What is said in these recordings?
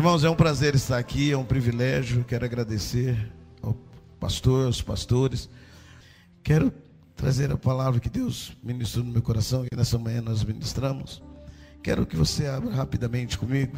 Irmãos, é um prazer estar aqui, é um privilégio. Quero agradecer ao pastor, aos pastores. Quero trazer a palavra que Deus ministrou no meu coração e nessa manhã nós ministramos. Quero que você abra rapidamente comigo.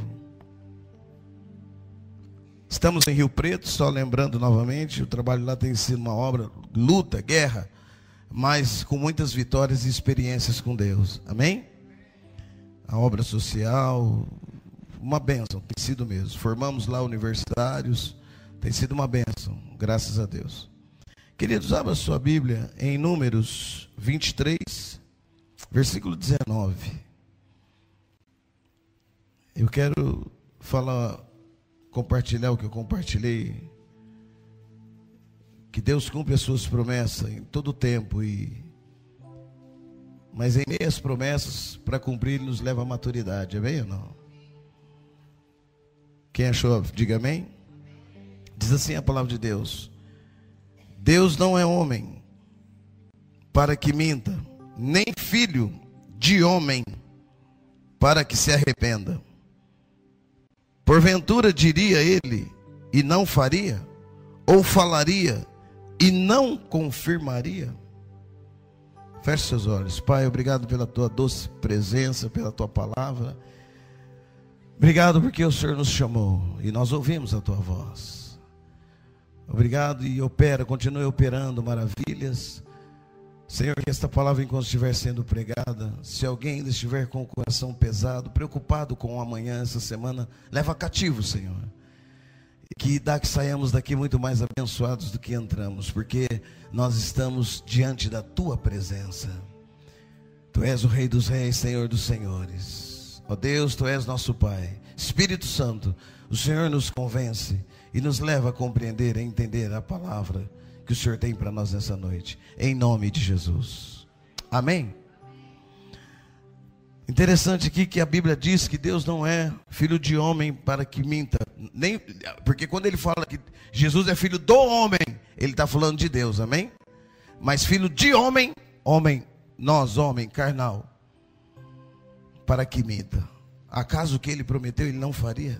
Estamos em Rio Preto, só lembrando novamente, o trabalho lá tem sido uma obra, luta, guerra, mas com muitas vitórias e experiências com Deus. Amém? A obra social, uma bênção, tem sido mesmo. Formamos lá universitários, tem sido uma bênção, graças a Deus. Queridos, abra sua Bíblia em Números 23, versículo 19. Eu quero compartilhar o que eu compartilhei. Que Deus cumpre as suas promessas em todo o tempo, mas em meio às promessas, para cumprir, Ele nos leva à maturidade. Amém ou não? Quem achou, diga amém. Diz assim a palavra de Deus: Deus não é homem para que minta, nem filho de homem para que se arrependa. Porventura diria ele e não faria? Ou falaria e não confirmaria? Feche seus olhos. Pai, obrigado pela tua doce presença, pela tua palavra. Obrigado porque o Senhor nos chamou e nós ouvimos a tua voz. Obrigado e continue operando maravilhas. Senhor, que esta palavra, enquanto estiver sendo pregada, se alguém ainda estiver com o coração pesado, preocupado com o amanhã, essa semana, leva cativo, Senhor. Que saiamos daqui muito mais abençoados do que entramos, porque nós estamos diante da tua presença. Tu és o Rei dos Reis, Senhor dos Senhores. Ó Deus, tu és nosso Pai. Espírito Santo, o Senhor nos convence e nos leva a compreender e entender a palavra que o Senhor tem para nós nessa noite, em nome de Jesus. Amém? Interessante aqui que a Bíblia diz que Deus não é filho de homem para que minta, porque quando ele fala que Jesus é filho do homem, ele está falando de Deus, amém? Mas filho de homem, nós homem, carnal, para que minta. Acaso o que ele prometeu ele não faria?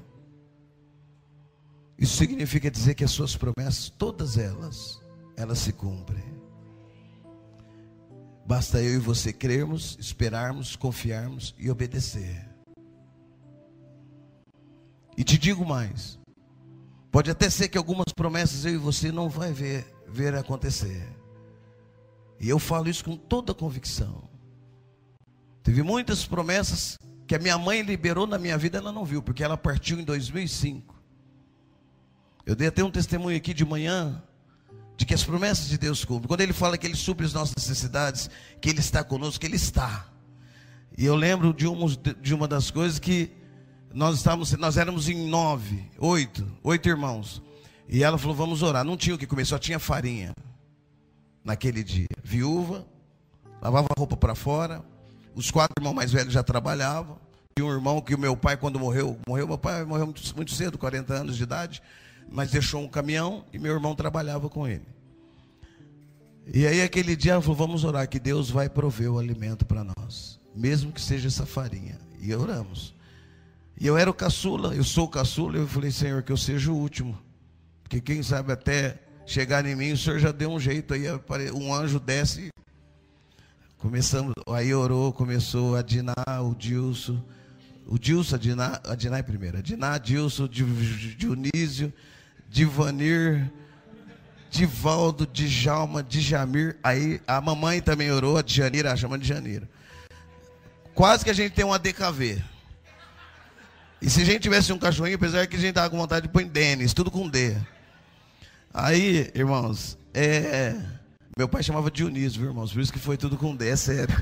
Isso significa dizer que as suas promessas, todas elas se cumprem. Basta eu e você crermos, esperarmos, confiarmos e obedecer. E te digo mais, pode até ser que algumas promessas eu e você não vai ver acontecer. E eu falo isso com toda convicção. Teve muitas promessas que a minha mãe liberou na minha vida, ela não viu, porque ela partiu em 2005. Eu dei até um testemunho aqui de manhã, de que as promessas de Deus cumprem. Quando Ele fala que Ele supre as nossas necessidades, que Ele está conosco, que Ele está. E eu lembro de uma das coisas que nós éramos em 8 irmãos. E ela falou, vamos orar. Não tinha o que comer, só tinha farinha naquele dia. Viúva, lavava a roupa para fora. Os 4 irmãos mais velhos já trabalhavam. Tinha um irmão que o meu pai, quando morreu, meu pai morreu muito cedo, 40 anos de idade. Mas deixou um caminhão e meu irmão trabalhava com ele. E aí aquele dia ela falou, vamos orar que Deus vai prover o alimento para nós, mesmo que seja essa farinha. E oramos. E eu era o caçula, eu sou o caçula. Eu falei, Senhor, que eu seja o último, porque quem sabe até chegar em mim, o Senhor já deu um jeito. Aí um anjo desce. Aí orou, começou a Diná, o Dilson, a Diná é primeiro, a Diná, Dilson, Dionísio, Divanir, Divaldo, Djalma, Djamir. Aí a mamãe também orou, a Djanira, a chama de Janira. Quase que a gente tem um ADKV. E se a gente tivesse um cachorrinho, apesar que a gente estava com vontade de pôr em Denis, tudo com D. Aí, irmãos, meu pai chamava Dionísio, viu, irmãos? Por isso que foi tudo com D, é sério.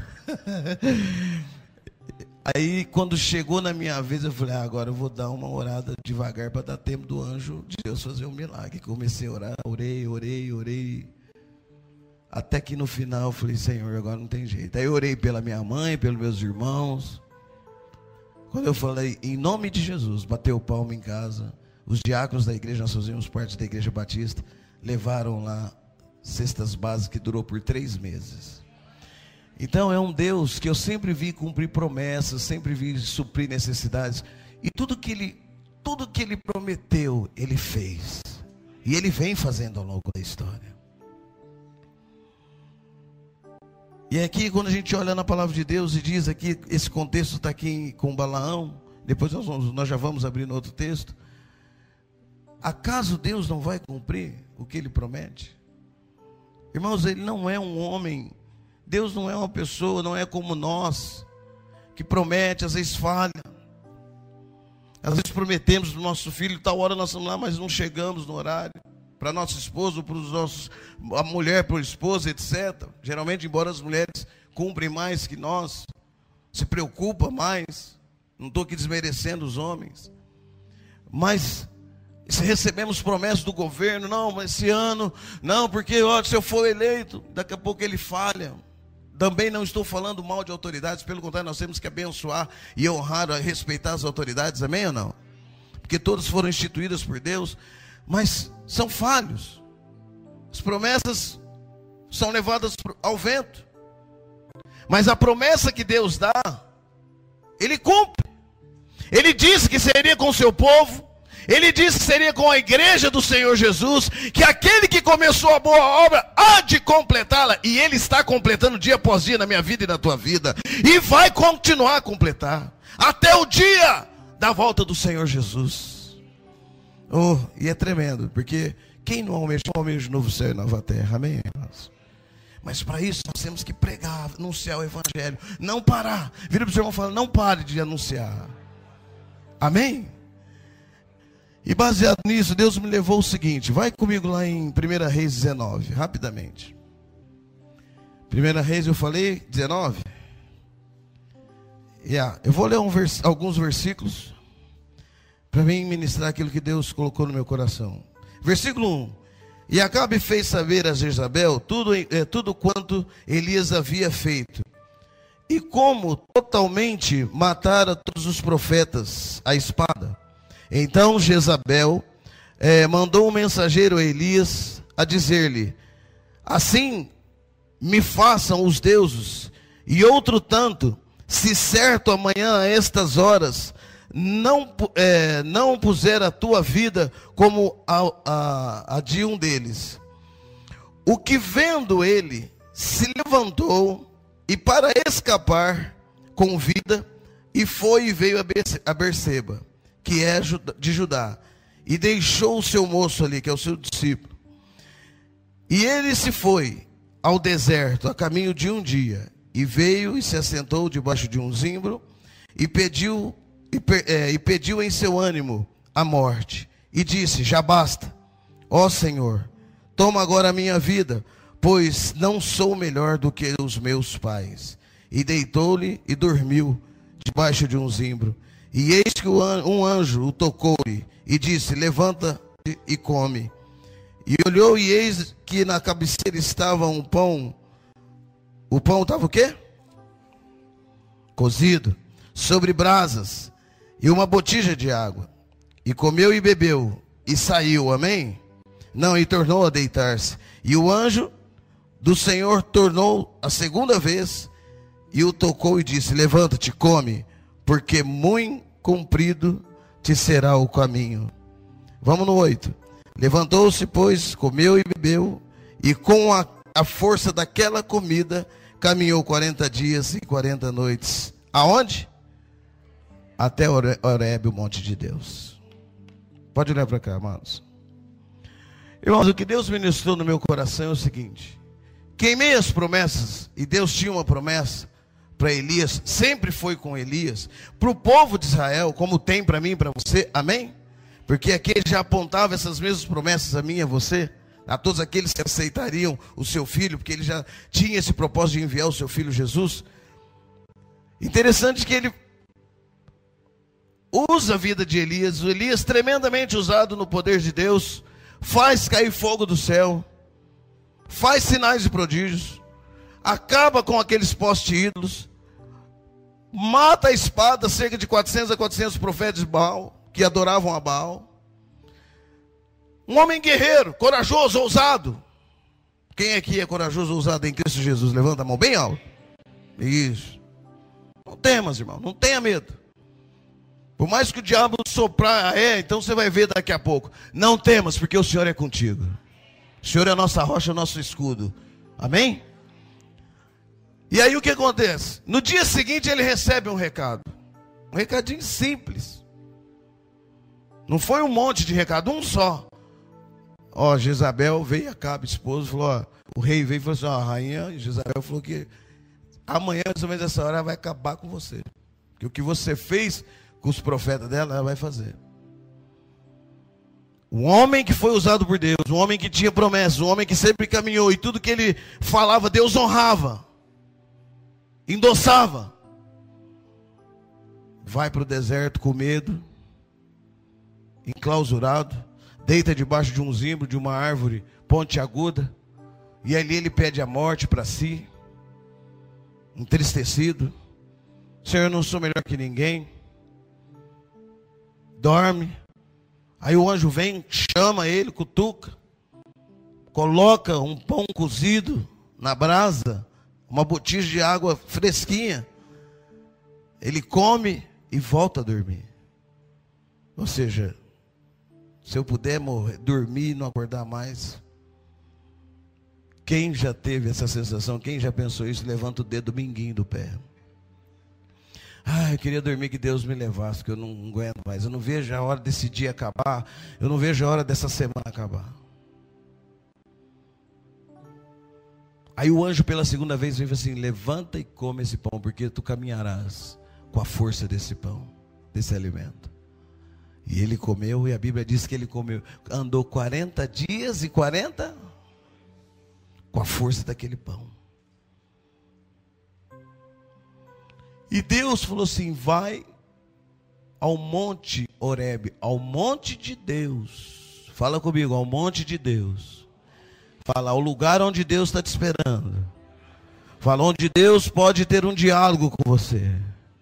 Aí quando chegou na minha vez, eu falei, agora eu vou dar uma orada devagar para dar tempo do anjo de Deus fazer um milagre. Comecei a orar, orei. Até que no final eu falei, Senhor, agora não tem jeito. Aí eu orei pela minha mãe, pelos meus irmãos. Quando eu falei, em nome de Jesus, bateu palma em casa. Os diáconos da igreja, nós fazíamos parte da igreja batista, levaram lá cestas básicas que durou por 3 meses. Então é um Deus que eu sempre vi cumprir promessas, sempre vi suprir necessidades. E tudo que Ele tudo que ele prometeu, ele fez. E ele vem fazendo ao longo da história. E aqui, quando a gente olha na palavra de Deus e diz aqui, esse contexto está aqui com Balaão, depois nós já vamos abrir no outro texto. Acaso Deus não vai cumprir o que ele promete? Irmãos, ele não é um homem, Deus não é uma pessoa, não é como nós, que promete, às vezes falha. Às vezes prometemos para o nosso filho, tal hora nós estamos lá, mas não chegamos no horário. Para nosso esposo, para os nossos, a mulher, para o esposo, etc. Geralmente, embora as mulheres cumprem mais que nós, se preocupam mais, não estou aqui desmerecendo os homens, mas se recebemos promessas do governo, não, mas esse ano, não, porque ó, se eu for eleito, daqui a pouco ele falha. Também não estou falando mal de autoridades, pelo contrário, nós temos que abençoar e honrar, respeitar as autoridades, amém ou não? Porque todas foram instituídas por Deus, mas são falhos. As promessas são levadas ao vento. Mas a promessa que Deus dá, Ele cumpre. Ele disse que seria com o seu povo. Ele disse que seria com a igreja do Senhor Jesus, que aquele que começou a boa obra há de completá-la. E Ele está completando dia após dia na minha vida e na tua vida. E vai continuar a completar até o dia da volta do Senhor Jesus. Oh, e é tremendo, porque quem não almeja novo céu e nova terra, amém, irmãos? Mas para isso nós temos que pregar, anunciar o evangelho, não parar. Vira para o seu irmão e fala, não pare de anunciar, amém? E baseado nisso, Deus me levou o seguinte, vai comigo lá em 1 Reis 19, rapidamente. 1 Reis eu falei, 19? Eu vou ler alguns versículos, para mim ministrar aquilo que Deus colocou no meu coração. Versículo 1. E Acabe fez saber a Jezabel tudo quanto Elias havia feito, e como totalmente matara todos os profetas à espada. Então Jezabel mandou um mensageiro a Elias a dizer-lhe, assim me façam os deuses, e outro tanto, se certo amanhã a estas horas não puser a tua vida como a de um deles. O que vendo ele, se levantou, e para escapar com vida, e foi e veio a Berseba, que é de Judá, e deixou o seu moço ali, que é o seu discípulo. E ele se foi ao deserto, a caminho de um dia, e veio e se assentou debaixo de um zimbro, e pediu em seu ânimo a morte, e disse, já basta, ó Senhor, toma agora a minha vida, pois não sou melhor do que os meus pais. E deitou-lhe e dormiu debaixo de um zimbro. E eis que um anjo o tocou-lhe e disse, levanta e come. E olhou e eis que na cabeceira estava um pão. O pão estava o quê? Cozido, sobre brasas, e uma botija de água. E comeu e bebeu, e saiu, amém? Não, e tornou a deitar-se. E o anjo do Senhor tornou a segunda vez, e o tocou e disse, levanta-te, come, porque muito comprido te será o caminho. Vamos no 8. Levantou-se, pois, comeu e bebeu, e com a força daquela comida, caminhou 40 dias e 40 noites. Aonde? Até Horebe, o monte de Deus. Pode olhar para cá, amados. Irmãos, o que Deus ministrou no meu coração é o seguinte: queimei as promessas, e Deus tinha uma promessa para Elias, sempre foi com Elias, para o povo de Israel, como tem para mim e para você, amém? Porque aqui ele já apontava essas mesmas promessas a mim e a você, a todos aqueles que aceitariam o seu filho, porque ele já tinha esse propósito de enviar o seu filho Jesus. Interessante que ele usa a vida de Elias, o Elias tremendamente usado no poder de Deus, faz cair fogo do céu, faz sinais e prodígios, acaba com aqueles postes ídolos, mata a espada cerca de 400 a 400 profetas de Baal, que adoravam a Baal. Um homem guerreiro, corajoso, ousado. Quem aqui é corajoso, ousado em Cristo Jesus? Levanta a mão bem alto. Isso. Não temas, irmão, não tenha medo. Por mais que o diabo soprar, então você vai ver daqui a pouco. Não temas, porque o Senhor é contigo. O Senhor é a nossa rocha, o nosso escudo. Amém? E aí o que acontece? No dia seguinte ele recebe um recado. Um recadinho simples. Não foi um monte de recado, um só. Ó, Jezabel veio, Acabe, esposo, falou, ó, o rei veio e falou assim, ó, a rainha Jezabel falou que amanhã, mais ou menos essa hora, ela vai acabar com você. Que o que você fez com os profetas dela, ela vai fazer. Um homem que foi usado por Deus, um homem que tinha promessas, um homem que sempre caminhou, e tudo que ele falava, Deus honrava, endossava. Vai para o deserto com medo, enclausurado, deita debaixo de um zimbro, de uma árvore pontiaguda, e ali ele pede a morte para si, entristecido. Senhor, eu não sou melhor que ninguém. Dorme. Aí o anjo vem, chama ele, cutuca, coloca um pão cozido na brasa, uma botija de água fresquinha. Ele come e volta a dormir. Ou seja, se eu puder morrer, dormir e não acordar mais. Quem já teve essa sensação? Quem já pensou isso? Levanta o dedo minguinho do pé. Eu queria dormir, que Deus me levasse, que eu não aguento mais. Eu não vejo a hora desse dia acabar. Eu não vejo a hora dessa semana acabar. Aí o anjo pela segunda vez veio assim, levanta e come esse pão, porque tu caminharás com a força desse pão, desse alimento. E ele comeu, e a Bíblia diz que ele comeu, andou 40 dias e 40 com a força daquele pão. E Deus falou assim, vai ao monte Horebe, ao monte de Deus. Fala comigo, ao monte de Deus. Fala, ao lugar onde Deus está te esperando. Fala, onde Deus pode ter um diálogo com você.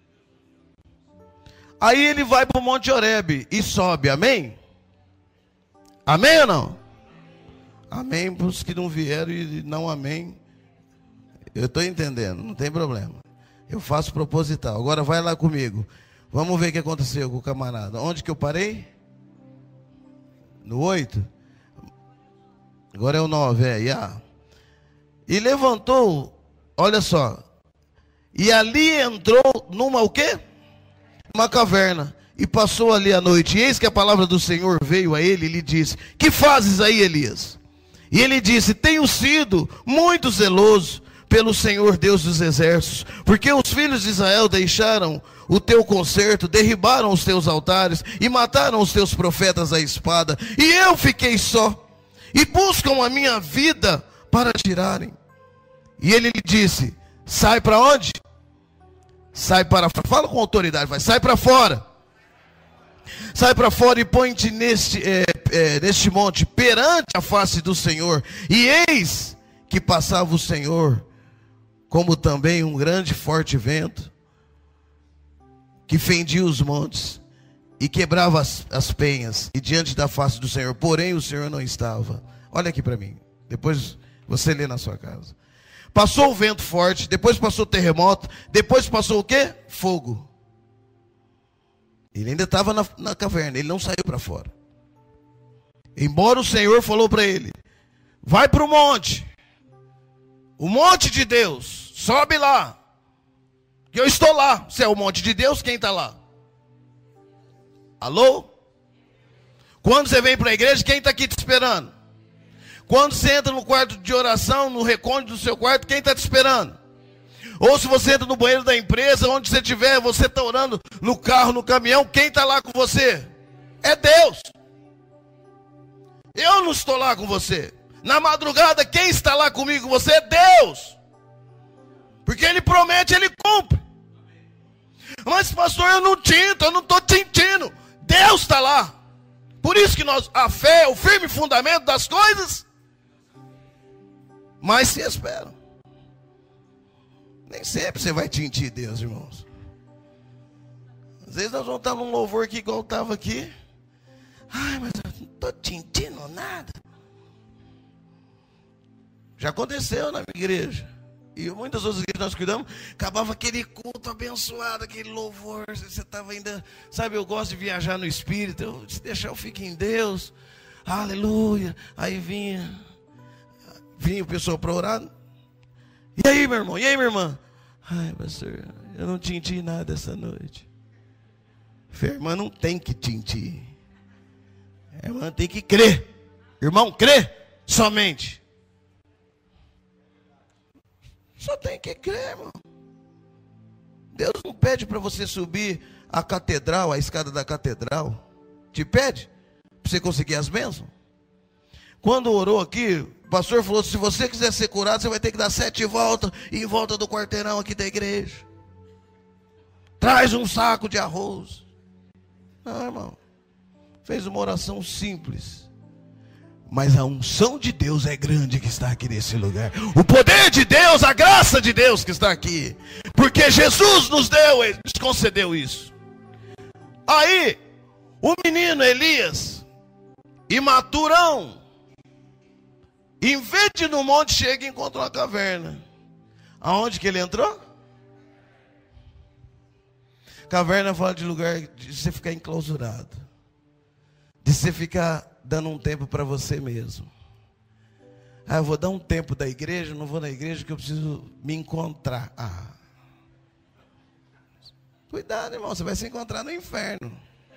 Aí ele vai para o monte Horebe e sobe, amém? Amém ou não? Amém para os que não vieram e não amém. Eu estou entendendo, não tem problema. Eu faço proposital. Agora vai lá comigo. Vamos ver o que aconteceu com o camarada. Onde que eu parei? No 8? Agora é o 9, E levantou, olha só. E ali entrou numa o quê? Uma caverna. E passou ali a noite. E eis que a palavra do Senhor veio a ele e lhe disse, que fazes aí, Elias? E ele disse, tenho sido muito zeloso pelo Senhor Deus dos exércitos, porque os filhos de Israel deixaram o teu concerto, derribaram os teus altares e mataram os teus profetas à espada, e eu fiquei só, e buscam a minha vida para tirarem. E ele lhe disse, sai para onde? Sai para fora, fala com autoridade, vai, sai para fora. Sai para fora e põe-te neste monte, perante a face do Senhor. E eis que passava o Senhor, como também um grande forte vento, que fendia os montes, e quebrava as penhas, e diante da face do Senhor, porém o Senhor não estava. Olha aqui para mim, depois você lê na sua casa. Passou o vento forte, depois passou o terremoto, depois passou o quê? Fogo. Ele ainda estava na caverna, ele não saiu para fora. Embora o Senhor falou para ele, vai para o monte de Deus, sobe lá, que eu estou lá. Se é o monte de Deus, quem está lá? Alô? Quando você vem para a igreja, quem está aqui te esperando? Quando você entra no quarto de oração, no recôndito do seu quarto, quem está te esperando? Ou se você entra no banheiro da empresa, onde você estiver, você está orando no carro, no caminhão, quem está lá com você? É Deus. Eu não estou lá com você. Na madrugada, quem está lá comigo? Você é Deus. Porque Ele promete, Ele cumpre. Mas pastor, eu não estou tintindo. Deus está lá. Por isso que a fé é o firme fundamento das coisas, mas se esperam. Nem sempre você vai tintir Deus, irmãos. Às vezes nós vamos estar num louvor aqui igual estava aqui. Ai, mas eu não estou tintindo nada. Já aconteceu na minha igreja. E muitas outras igrejas que nós cuidamos, acabava aquele culto abençoado, aquele louvor, você estava ainda, sabe, eu gosto de viajar no Espírito, se deixar eu fico em Deus, aleluia. Aí vinha o pessoal para orar, e aí meu irmão, e aí minha irmã? Ai pastor, eu não tinti nada essa noite. Falei, irmã não tem que tintir, a irmã tem que crer, irmão, crê somente. Só tem que crer, irmão. Deus não pede para você subir a catedral, a escada da catedral. Te pede para você conseguir as bênçãos. Quando orou aqui, o pastor falou, se você quiser ser curado, você vai ter que dar 7 voltas em volta do quarteirão aqui da igreja. Traz um saco de arroz. Não, irmão. Fez uma oração simples. Mas a unção de Deus é grande que está aqui nesse lugar. O poder de Deus, a graça de Deus que está aqui. Porque Jesus nos concedeu isso. Aí, o menino Elias, imaturão, em vez de ir no monte, chega e encontra uma caverna. Aonde que ele entrou? Caverna fala de lugar de você ficar enclausurado. De você ficar dando um tempo para você mesmo. Ah, eu vou dar um tempo da igreja, não vou na igreja porque eu preciso me encontrar. Ah, cuidado, irmão, você vai se encontrar no inferno.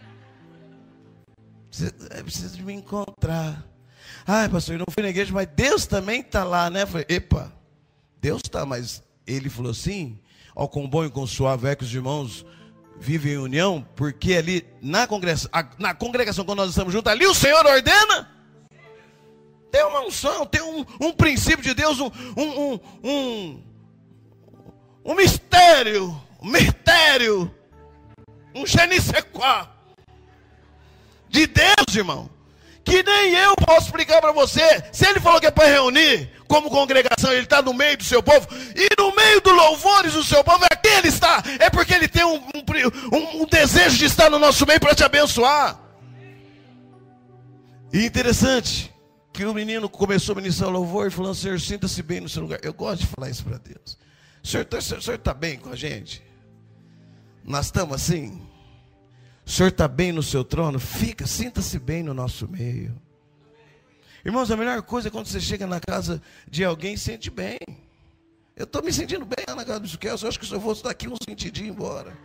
Você precisa de me encontrar. Ah, pastor, eu não fui na igreja, mas Deus também está lá, né? Eu falei, epa, Deus está, mas ele falou assim, ó, com bom e com suave é que os irmãos vivem em união, porque ali na congregação, quando nós estamos juntos, ali o Senhor ordena. Tem uma unção, tem um princípio de Deus, um mistério, um je ne sais quoi de Deus, irmão, que nem eu posso explicar para você. Se ele falou que é para reunir como congregação, ele está no meio do seu povo, e no meio do louvores do seu povo, aqui ele está, é porque ele tem um desejo de estar no nosso meio para te abençoar. E interessante que o menino começou a ministrar o louvor e falando, Senhor, sinta-se bem no seu lugar. Eu gosto de falar isso para Deus. O Senhor está bem com a gente? Nós estamos assim? O Senhor está bem no seu trono? Sinta-se bem no nosso meio. Irmãos, a melhor coisa é quando você chega na casa de alguém e sente bem. Eu estou me sentindo bem lá na casa do Suquel, eu acho que se eu fosse daqui uns 20 dias embora.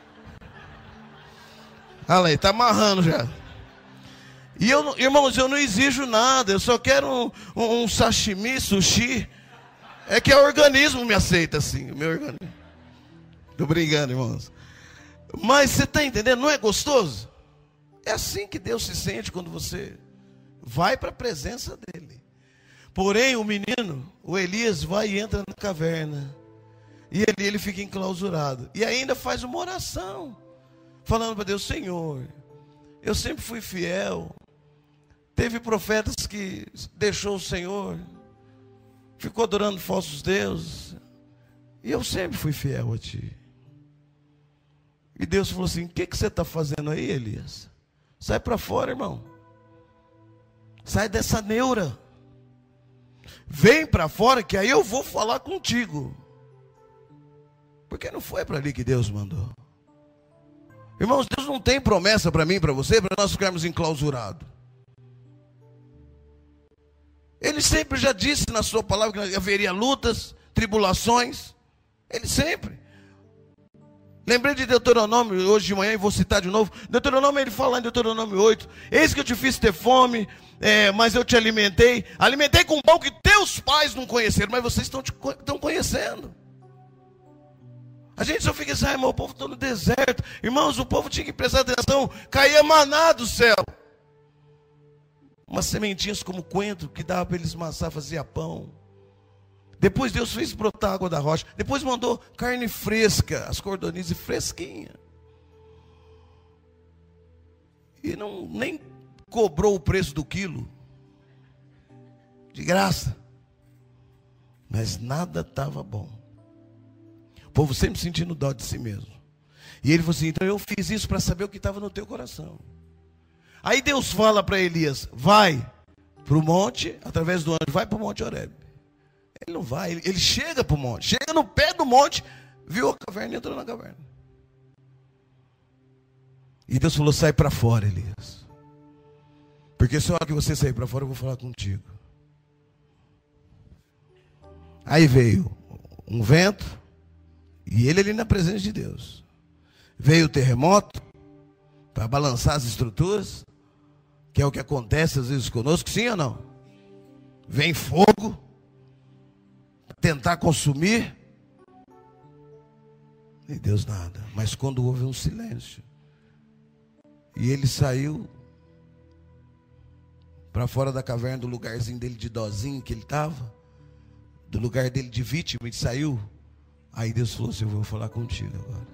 Olha aí, está amarrando já. E eu, irmãos, eu não exijo nada, eu só quero um sashimi, sushi. É que o organismo me aceita assim, o meu organismo. Estou brincando, irmãos. Mas você está entendendo? Não é gostoso? É assim que Deus se sente quando você vai para a presença dele. Porém, o menino, o Elias, vai e entra na caverna. E ele fica enclausurado. E ainda faz uma oração, falando para Deus, Senhor, eu sempre fui fiel. Teve profetas que deixou o Senhor, ficou adorando falsos deuses. E eu sempre fui fiel a ti. E Deus falou assim, o que você está fazendo aí, Elias? Sai para fora, irmão. Sai dessa neura. Vem para fora que aí eu vou falar contigo. Porque não foi para ali que Deus mandou. Irmãos, Deus não tem promessa para mim e para você, para nós ficarmos enclausurados. Ele sempre já disse na sua palavra que haveria lutas, tribulações. Ele sempre. Lembrei de Deuteronômio hoje de manhã e vou citar de novo. Deuteronômio, ele fala em Deuteronômio 8. Eis que eu te fiz ter fome, mas eu te alimentei. Alimentei com pão que teus pais não conheceram, mas vocês estão conhecendo. A gente só fica assim, mas o povo está no deserto. Irmãos, o povo tinha que prestar atenção. Caía maná do céu. Umas sementinhas como coentro que dava para eles maçar, fazia pão. Depois Deus fez brotar água da rocha. Depois mandou carne fresca, as cordonizes fresquinhas. E nem cobrou o preço do quilo. De graça. Mas nada estava bom. O povo sempre sentindo dó de si mesmo. E ele falou assim, então eu fiz isso para saber o que estava no teu coração. Aí Deus fala para Elias, vai para o monte, através do anjo, vai para o monte Horebe. Ele não vai, ele chega para o monte, chega no pé do monte, viu a caverna e entrou na caverna. E Deus falou: sai para fora, Elias. Porque se a hora que você sair para fora, eu vou falar contigo. Aí veio um vento, e ele ali na presença de Deus. Veio o terremoto, para balançar as estruturas, que é o que acontece às vezes conosco, sim ou não? Vem fogo, tentar consumir, e Deus nada. Mas quando houve um silêncio, e ele saiu para fora da caverna, do lugarzinho dele de dozinho que ele estava, do lugar dele de vítima, ele saiu. Aí Deus falou assim: eu vou falar contigo agora.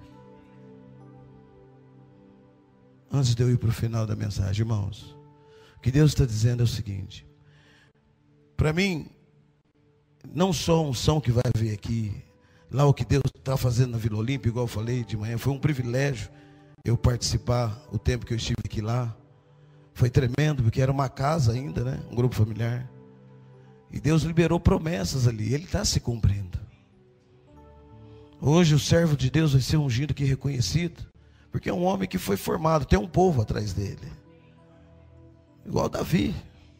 Antes de eu ir para o final da mensagem, irmãos, o que Deus está dizendo é o seguinte: para mim, não só a unção que vai vir aqui, lá o que Deus está fazendo na Vila Olímpia, igual eu falei de manhã, foi um privilégio eu participar o tempo que eu estive aqui lá. Foi tremendo, porque era uma casa ainda, né? Um grupo familiar. E Deus liberou promessas ali, ele está se cumprindo. Hoje o servo de Deus vai ser ungido aqui, reconhecido, porque é um homem que foi formado, tem um povo atrás dele. Igual Davi.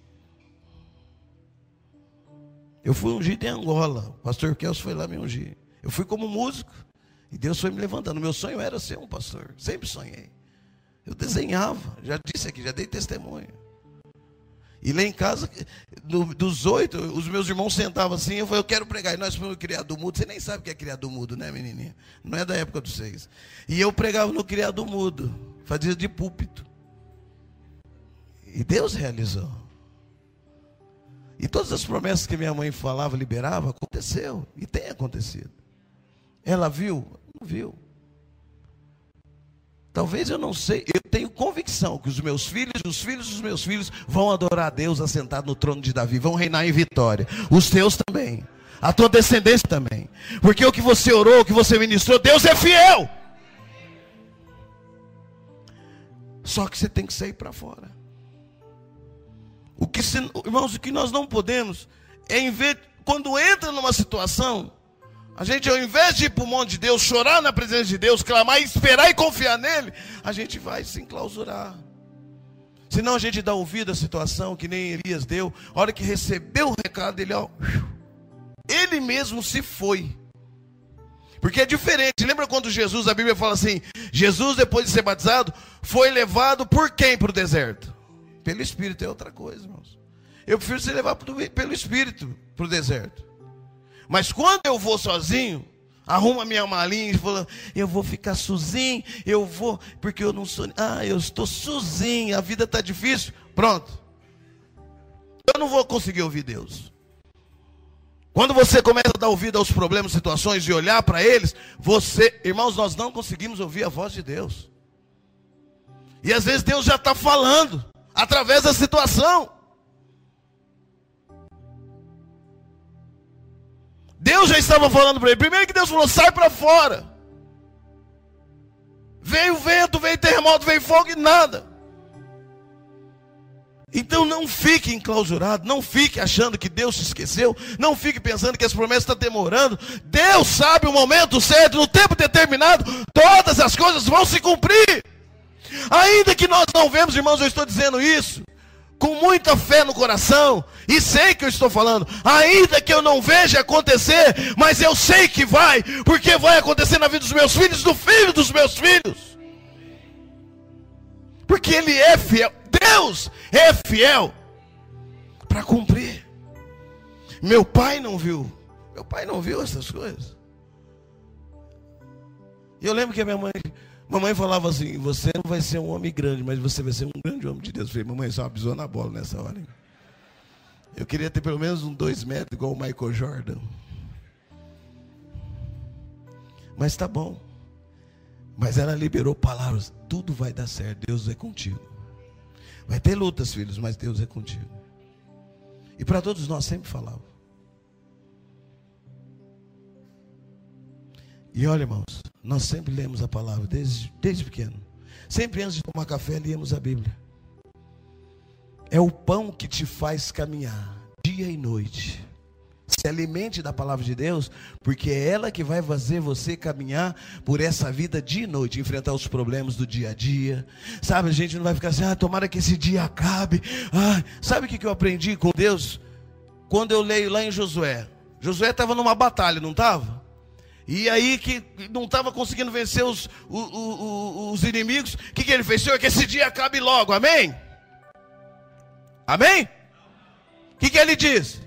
Eu fui ungido em Angola, o pastor Kelso foi lá me ungir. Eu fui como músico, e Deus foi me levantando. Meu sonho era ser um pastor, sempre sonhei. Eu desenhava, já disse aqui, já dei testemunho. E lá em casa, dos 8, os meus irmãos sentavam assim, eu falei: eu quero pregar. E nós fomos no criado mudo. Você nem sabe o que é criado mudo, né, menininha? Não é da época dos 6. E eu pregava no criado mudo, fazia de púlpito. E Deus realizou. E todas as promessas que minha mãe falava, liberava, aconteceu. E tem acontecido. Ela viu? Não viu. Talvez eu não sei, eu tenho convicção que os meus filhos, os filhos dos meus filhos vão adorar a Deus assentado no trono de Davi, vão reinar em vitória. Os teus também, a tua descendência também. Porque o que você orou, o que você ministrou, Deus é fiel. Só que você tem que sair para fora. Irmãos, o que nós não podemos é, quando entra numa situação, a gente, ao invés de ir para o monte de Deus, chorar na presença de Deus, clamar, esperar e confiar nele, a gente vai se enclausurar. Senão a gente dá ouvido à situação, que nem Elias deu. A hora que recebeu o recado dele, ele mesmo se foi. Porque é diferente. Lembra quando Jesus, a Bíblia fala assim: Jesus, depois de ser batizado, foi levado por quem para o deserto? Pelo Espírito. É outra coisa, irmãos. Eu prefiro ser levado pelo Espírito para o deserto. Mas quando eu vou sozinho, arrumo a minha malinha e falo: eu vou ficar sozinho, eu vou, porque eu não sou, eu estou sozinho, a vida está difícil, pronto. Eu não vou conseguir ouvir Deus. Quando você começa a dar ouvido aos problemas, situações e olhar para eles, irmãos, nós não conseguimos ouvir a voz de Deus. E às vezes Deus já está falando, através da situação. Deus já estava falando para ele. Primeiro que Deus falou: sai para fora. Veio vento, veio terremoto, veio fogo e nada. Então não fique enclausurado, não fique achando que Deus se esqueceu, não fique pensando que as promessas estão demorando. Deus sabe o momento certo, no tempo determinado, todas as coisas vão se cumprir. Ainda que nós não vemos, irmãos, eu estou dizendo isso com muita fé no coração, e sei que eu estou falando, ainda que eu não veja acontecer, mas eu sei que vai, porque vai acontecer na vida dos meus filhos, do filho dos meus filhos, porque Ele é fiel, Deus é fiel, para cumprir. Meu pai não viu essas coisas. E eu lembro que a mamãe falava assim: você não vai ser um homem grande, mas você vai ser um grande homem de Deus. Eu falei: mamãe, só pisou na bola nessa hora, hein? Eu queria ter pelo menos 2 metros, igual o Michael Jordan. Mas tá bom. Mas ela liberou palavras: tudo vai dar certo, Deus é contigo. Vai ter lutas, filhos, mas Deus é contigo. E para todos nós sempre falava. E olha, irmãos, nós sempre lemos a palavra, desde pequeno. Sempre antes de tomar café, líamos a Bíblia. É o pão que te faz caminhar, dia e noite, Se alimente da palavra de Deus, porque é ela que vai fazer você caminhar por essa vida dia e noite, enfrentar os problemas do dia a dia. Sabe, a gente não vai ficar assim, tomara que esse dia acabe. Sabe o que eu aprendi com Deus? Quando eu leio lá em Josué. Josué estava numa batalha, não estava? E aí que não estava conseguindo vencer os inimigos. O que ele fez? Senhor, que esse dia acabe logo, amém? Amém? O que ele disse?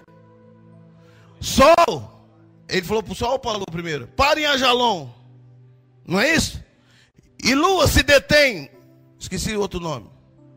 Sol, ele falou para o sol, falou primeiro, para em Ajalon, não é isso? E lua se detém, esqueci o outro nome,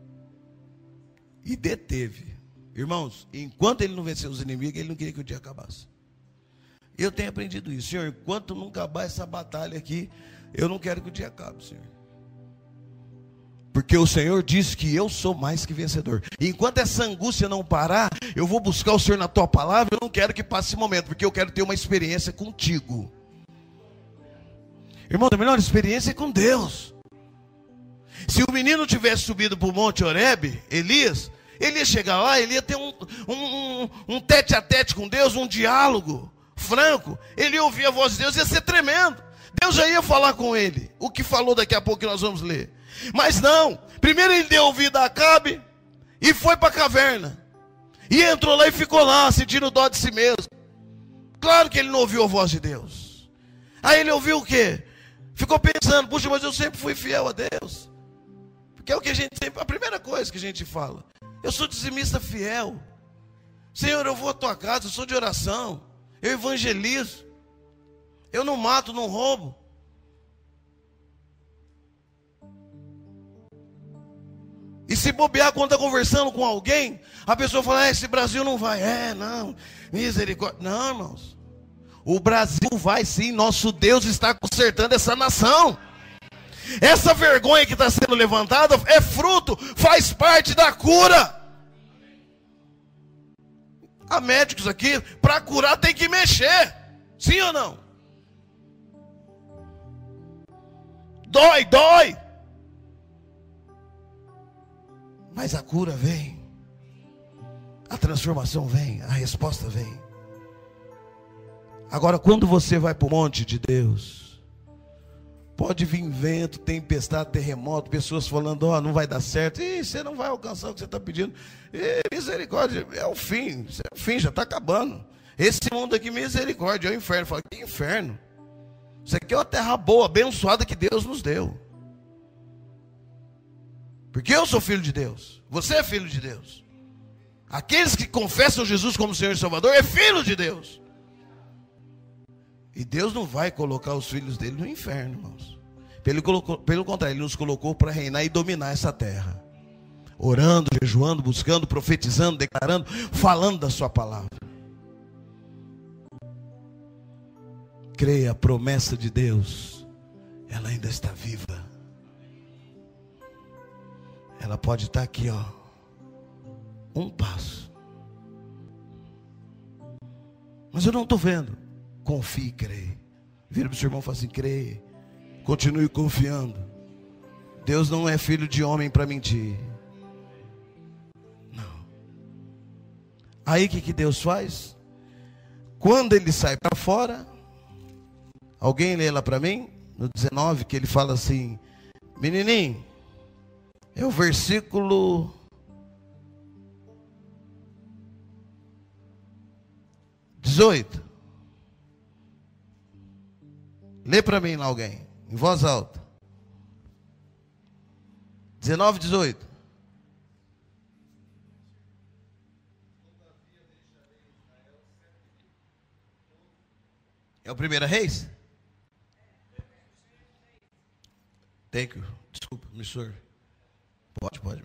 e deteve. Irmãos, enquanto ele não venceu os inimigos, ele não queria que o dia acabasse. Eu tenho aprendido isso, Senhor, enquanto não acabar essa batalha aqui, eu não quero que o dia acabe, Senhor. Porque o Senhor disse que eu sou mais que vencedor. E enquanto essa angústia não parar, eu vou buscar o Senhor na tua palavra. Eu não quero que passe esse momento, porque eu quero ter uma experiência contigo. Irmão, a melhor experiência é com Deus. Se o menino tivesse subido para o Monte Horebe, Elias, ele ia chegar lá, ele ia ter um tete a tete com Deus, um diálogo franco. Ele ia ouvir a voz de Deus, ia ser tremendo. Deus já ia falar com ele, o que falou daqui a pouco que nós vamos ler. Mas não, primeiro ele deu ouvido a Acabe e foi para a caverna. E entrou lá e ficou lá, sentindo dó de si mesmo. Claro que ele não ouviu a voz de Deus. Aí ele ouviu o quê? Ficou pensando, puxa, mas eu sempre fui fiel a Deus. Porque é o que a gente sempre, a primeira coisa que a gente fala. Eu sou dizimista fiel. Senhor, eu vou à tua casa, eu sou de oração. Eu evangelizo. Eu não mato, não roubo. E se bobear quando está conversando com alguém, a pessoa fala, esse Brasil não vai. Não, misericórdia. Não, irmãos. O Brasil vai sim, nosso Deus está consertando essa nação. Essa vergonha que está sendo levantada é fruto, faz parte da cura. Há médicos aqui, para curar tem que mexer. Sim ou não? Dói, dói. Mas a cura vem, a transformação vem, a resposta vem. Agora, quando você vai para o monte de Deus, pode vir vento, tempestade, terremoto, pessoas falando, não vai dar certo, você não vai alcançar o que você está pedindo. Misericórdia, é o fim, já está acabando. Esse mundo aqui, misericórdia, é o inferno. Fala, que inferno? Isso aqui é uma terra boa, abençoada que Deus nos deu. Porque eu sou filho de Deus. Você é filho de Deus. Aqueles que confessam Jesus como Senhor e Salvador é filho de Deus. E Deus não vai colocar os filhos dele no inferno, irmãos. Pelo contrário, Ele nos colocou para reinar e dominar essa terra. Orando, jejuando, buscando, profetizando, declarando, falando da sua palavra. Creia, a promessa de Deus, ela ainda está viva. Ela pode estar aqui, um passo. Mas eu não estou vendo. Confie e creia. Vira para o seu irmão e fala assim, creia. Continue confiando. Deus não é filho de homem para mentir. Não. Aí o que Deus faz? Quando ele sai para fora, alguém lê lá para mim, no 19, que ele fala assim, menininho, é o versículo 18. Lê para mim lá alguém, em voz alta. 19, 18. É o 1 Reis? Thank you. Desculpa, me sorry. Pode.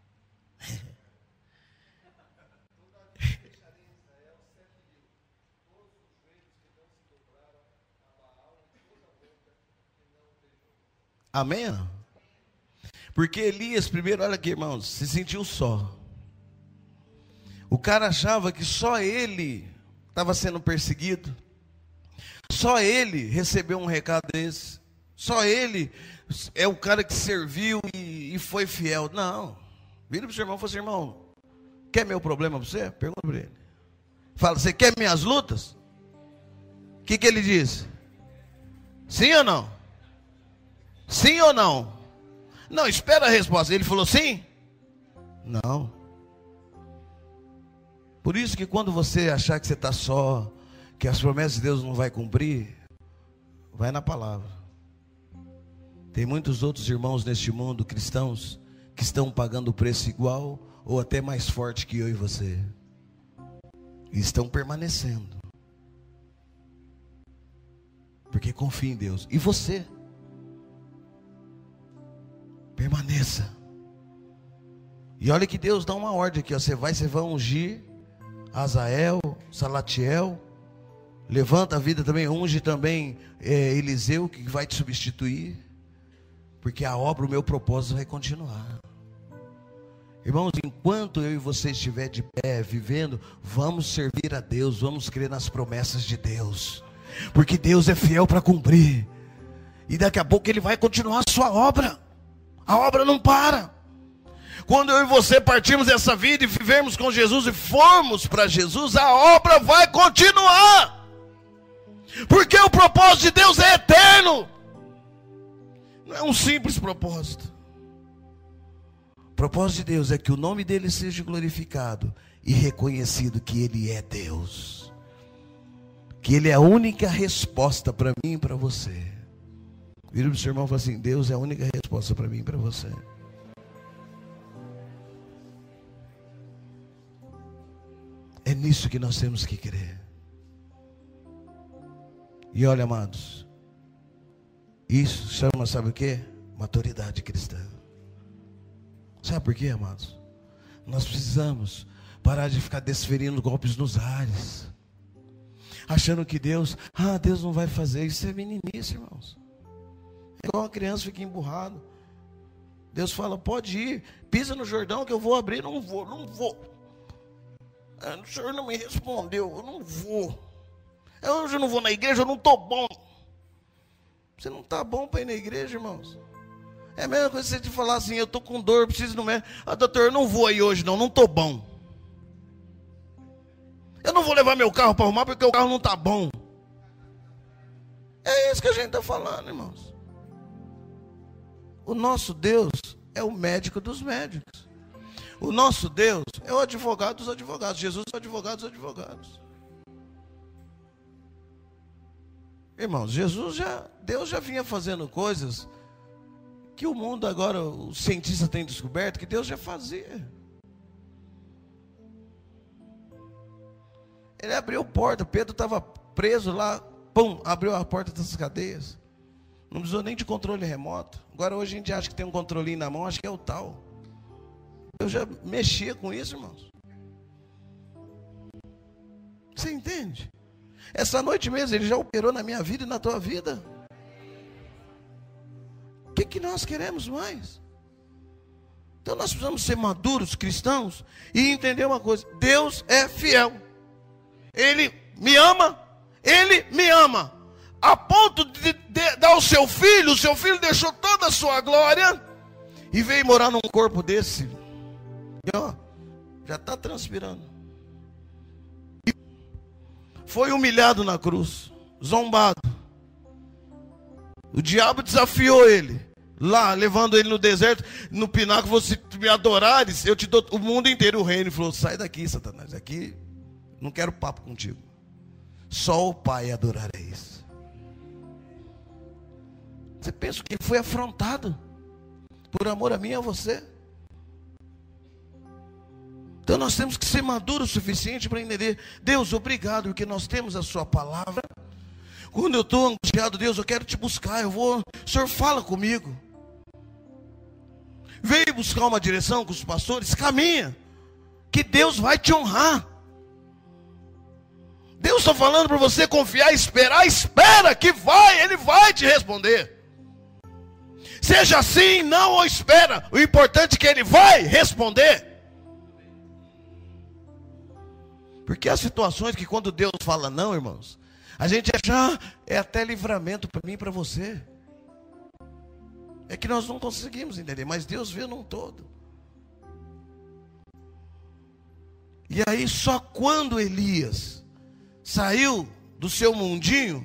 Amém? Porque Elias, primeiro, olha aqui, irmãos, se sentiu só. O cara achava que só ele estava sendo perseguido. Só ele recebeu um recado desse. Só ele é o cara que serviu e foi fiel. Não. Vira para o seu irmão e fala assim, irmão, quer meu problema para você? Pergunta para ele. Fala, você quer minhas lutas? O que ele diz? Sim ou não? Sim ou não? Não, espera a resposta. Ele falou sim? Não. Por isso que quando você achar que você está só, que as promessas de Deus não vai cumprir, vai na palavra. Tem muitos outros irmãos neste mundo, cristãos, que estão pagando o preço igual ou até mais forte que eu e você. E estão permanecendo. Porque confia em Deus. E você? Permaneça. E olha que Deus dá uma ordem aqui, ó. Você vai ungir Azael, Salatiel. Levanta a vida também, unge também Eliseu, que vai te substituir. Porque a obra, o meu propósito vai continuar. Irmãos, enquanto eu e você estiver de pé, vivendo, vamos servir a Deus, vamos crer nas promessas de Deus. Porque Deus é fiel para cumprir. E daqui a pouco Ele vai continuar a sua obra. A obra não para. Quando eu e você partirmos dessa vida e vivermos com Jesus e formos para Jesus, a obra vai continuar. Porque o propósito de Deus é eterno. Não é um simples propósito. O propósito de Deus é que o nome dele seja glorificado e reconhecido que Ele é Deus. Que Ele é a única resposta para mim e para você. Vira para o seu irmão e fala assim: Deus é a única resposta para mim e para você. É nisso que nós temos que crer. E olha, amados, isso chama, sabe o quê? Maturidade cristã. Sabe por quê, amados? Nós precisamos parar de ficar desferindo golpes nos ares, achando que Deus não vai fazer. Isso é meninice, irmãos. É igual uma criança fica emburrado. Deus fala: pode ir, pisa no Jordão que eu vou abrir. Não vou. O senhor não me respondeu, eu não vou. Hoje eu não vou na igreja, eu não estou bom. Você não está bom para ir na igreja, irmãos? É a mesma coisa que você te falar assim: eu estou com dor, preciso ir no médico. Doutor, eu não vou aí hoje não estou bom. Eu não vou levar meu carro para arrumar porque o carro não está bom. É isso que a gente está falando, irmãos. O nosso Deus é o médico dos médicos. O nosso Deus é o advogado dos advogados. Jesus é o advogado dos advogados. Irmãos, Deus já vinha fazendo coisas que o mundo agora, os cientistas têm descoberto que Deus já fazia. Ele abriu a porta, Pedro estava preso lá, abriu a porta das cadeias. Não precisou nem de controle remoto. Agora hoje a gente acha que tem um controlinho na mão, acho que é o tal. Eu já mexia com isso, irmãos. Você entende? Essa noite mesmo ele já operou na minha vida e na tua vida. O que nós queremos mais? Então nós precisamos ser maduros, cristãos, e entender uma coisa: Deus é fiel. Ele me ama, a ponto de dar o seu filho deixou toda a sua glória e veio morar num corpo desse. E ó, já está transpirando. Foi humilhado na cruz, zombado. O diabo desafiou ele, lá, levando ele no deserto, no pináculo: se tu me adorares, eu te dou o mundo inteiro, o reino. Ele falou: sai daqui, Satanás, aqui não quero papo contigo. Só o Pai adorareis. Você pensa que ele foi afrontado por amor a mim e a você? Então nós temos que ser maduros o suficiente para entender: Deus, obrigado, porque nós temos a sua palavra. Quando eu estou angustiado, Deus, eu quero te buscar, o Senhor fala comigo. Veio buscar uma direção com os pastores, caminha, que Deus vai te honrar. Deus está falando para você confiar, esperar, espera que Ele vai te responder. Seja sim, não ou espera, o importante é que Ele vai responder. Porque há situações que quando Deus fala não, irmãos, a gente acha, é até livramento para mim e para você. É que nós não conseguimos entender, mas Deus vê num todo. E E aí só quando Elias saiu do seu mundinho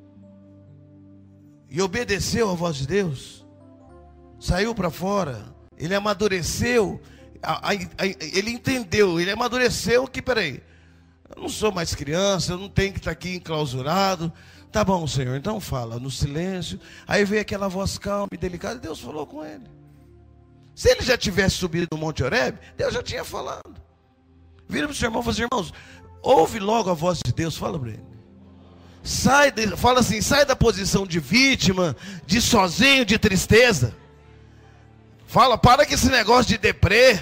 e obedeceu à voz de Deus, saiu para fora, ele amadureceu, ele entendeu, ele amadureceu que, peraí, eu não sou mais criança, eu não tenho que estar aqui enclausurado. Tá bom, Senhor, então fala, no silêncio. Aí veio aquela voz calma e delicada, e Deus falou com ele. Se ele já tivesse subido no Monte Horebe, Deus já tinha falado. Vira para o seu irmão e fala assim: irmãos, ouve logo a voz de Deus, fala para ele. Fala assim, sai da posição de vítima, de sozinho, de tristeza. Fala, para com esse negócio de deprê.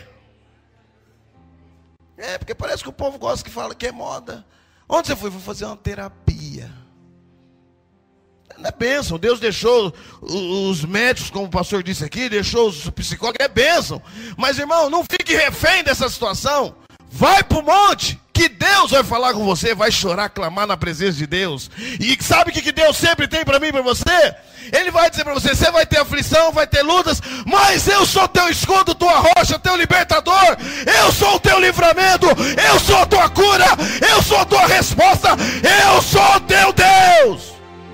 Porque parece que o povo gosta que fala que é moda. Onde você foi? Vou fazer uma terapia. Não é bênção. Deus deixou os médicos, como o pastor disse aqui, deixou os psicólogos, é bênção. Mas, irmão, não fique refém dessa situação. Vai para o monte, que Deus vai falar com você, vai chorar, clamar na presença de Deus. E sabe o que Deus sempre tem para mim e para você? Ele vai dizer para você, você vai ter aflição, vai ter lutas, mas eu sou teu escudo, tua rocha, teu libertador. Eu sou o teu livramento, eu sou a tua cura, eu sou a tua resposta, eu sou o teu Deus.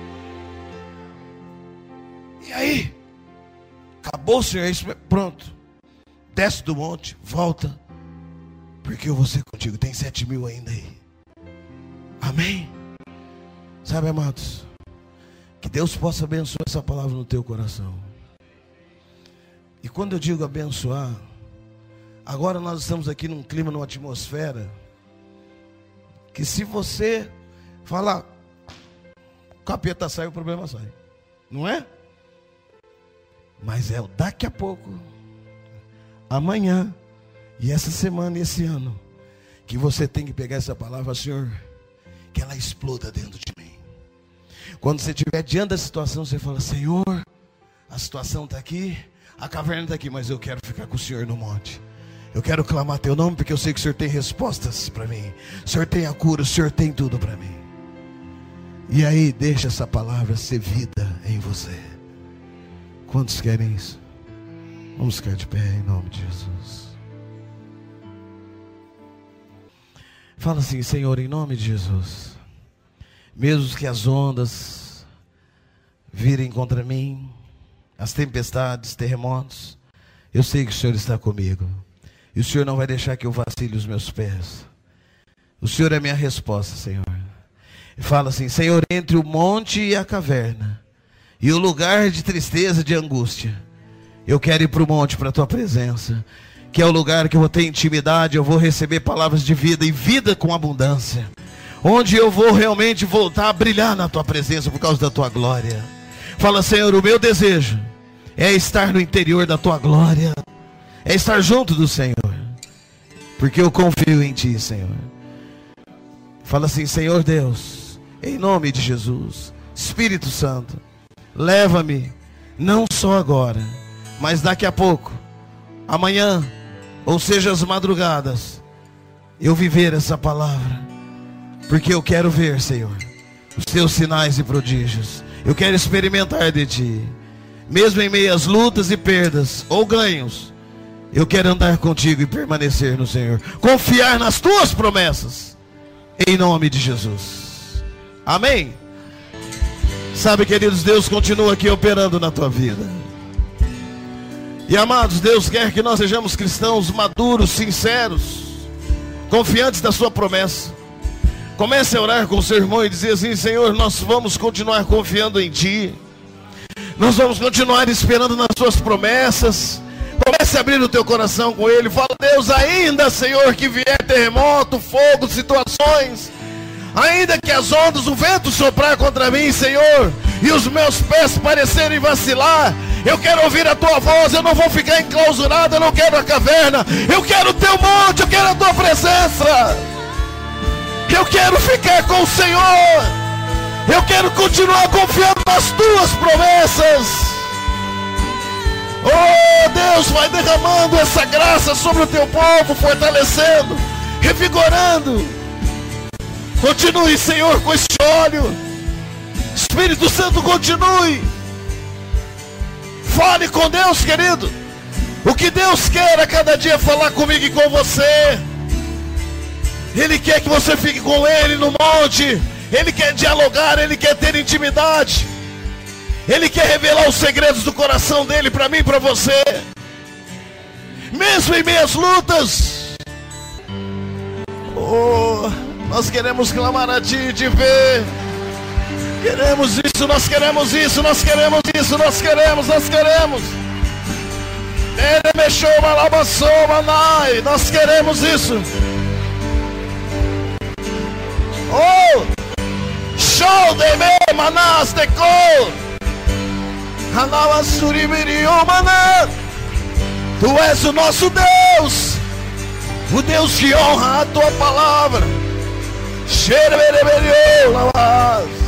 E aí, acabou, Senhor, isso, pronto. Desce do monte, volta, porque eu vou ser contigo. Tem 7.000 ainda aí. Amém? Sabe, amados, que Deus possa abençoar essa palavra no teu coração. E quando eu digo abençoar, agora nós estamos aqui num clima, numa atmosfera, que se você falar, o capeta sai, o problema sai. Não é? Mas é daqui a pouco, amanhã, e essa semana e esse ano, que você tem que pegar essa palavra, Senhor, que ela exploda dentro de mim. Quando você estiver diante da situação, você fala: Senhor, a situação está aqui, a caverna está aqui, mas eu quero ficar com o Senhor no monte. Eu quero clamar teu nome, porque eu sei que o Senhor tem respostas para mim. O Senhor tem a cura, o Senhor tem tudo para mim. E aí, deixa essa palavra ser vida em você. Quantos querem isso? Vamos ficar de pé em nome de Jesus. Fala assim: Senhor, em nome de Jesus, mesmo que as ondas virem contra mim, as tempestades, terremotos, eu sei que o Senhor está comigo. E o Senhor não vai deixar que eu vacile os meus pés. O Senhor é a minha resposta, Senhor. Fala assim: Senhor, entre o monte e a caverna, e o lugar de tristeza, de angústia, eu quero ir para o monte, para a tua presença, que é o lugar que eu vou ter intimidade, eu vou receber palavras de vida, e vida com abundância, onde eu vou realmente voltar a brilhar na tua presença, por causa da tua glória. Fala: Senhor, o meu desejo é estar no interior da tua glória, é estar junto do Senhor, porque eu confio em ti, Senhor. Fala assim: Senhor Deus, em nome de Jesus, Espírito Santo, leva-me, não só agora, mas daqui a pouco, amanhã, ou seja, as madrugadas, eu viver essa palavra, porque eu quero ver, Senhor, os teus sinais e prodígios. Eu quero experimentar de ti, mesmo em meio às lutas e perdas ou ganhos. Eu quero andar contigo e permanecer no Senhor, confiar nas tuas promessas, em nome de Jesus. Amém? Sabe, queridos, Deus continua aqui operando na tua vida. E amados, Deus quer que nós sejamos cristãos maduros, sinceros, confiantes da sua promessa. Comece a orar com o seu irmão e dizer assim: Senhor, nós vamos continuar confiando em ti, nós vamos continuar esperando nas suas promessas. Comece a abrir o teu coração com ele. Fala: Deus, ainda, Senhor, que vier terremoto, fogo, situações, ainda que as ondas, o vento soprar contra mim, Senhor, e os meus pés parecerem vacilar, eu quero ouvir a tua voz. Eu não vou ficar enclausurado, eu não quero a caverna, eu quero o teu monte, eu quero a tua presença, eu quero ficar com o Senhor, eu quero continuar confiando nas tuas promessas. Oh Deus, vai derramando essa graça sobre o teu povo, fortalecendo, revigorando. Continue, Senhor, com este óleo. Espírito Santo, continue. Fale com Deus, querido. O que Deus quer a cada dia falar comigo e com você. Ele quer que você fique com Ele no monte. Ele quer dialogar, Ele quer ter intimidade. Ele quer revelar os segredos do coração dele para mim e para você. Mesmo em meias lutas. Oh, nós queremos clamar a Ti, te ver. Queremos isso, nós queremos isso, nós queremos isso, nós queremos. Nós queremos isso. Oh, show de me manas de cor. Tu és o nosso Deus, o Deus que honra a Tua palavra.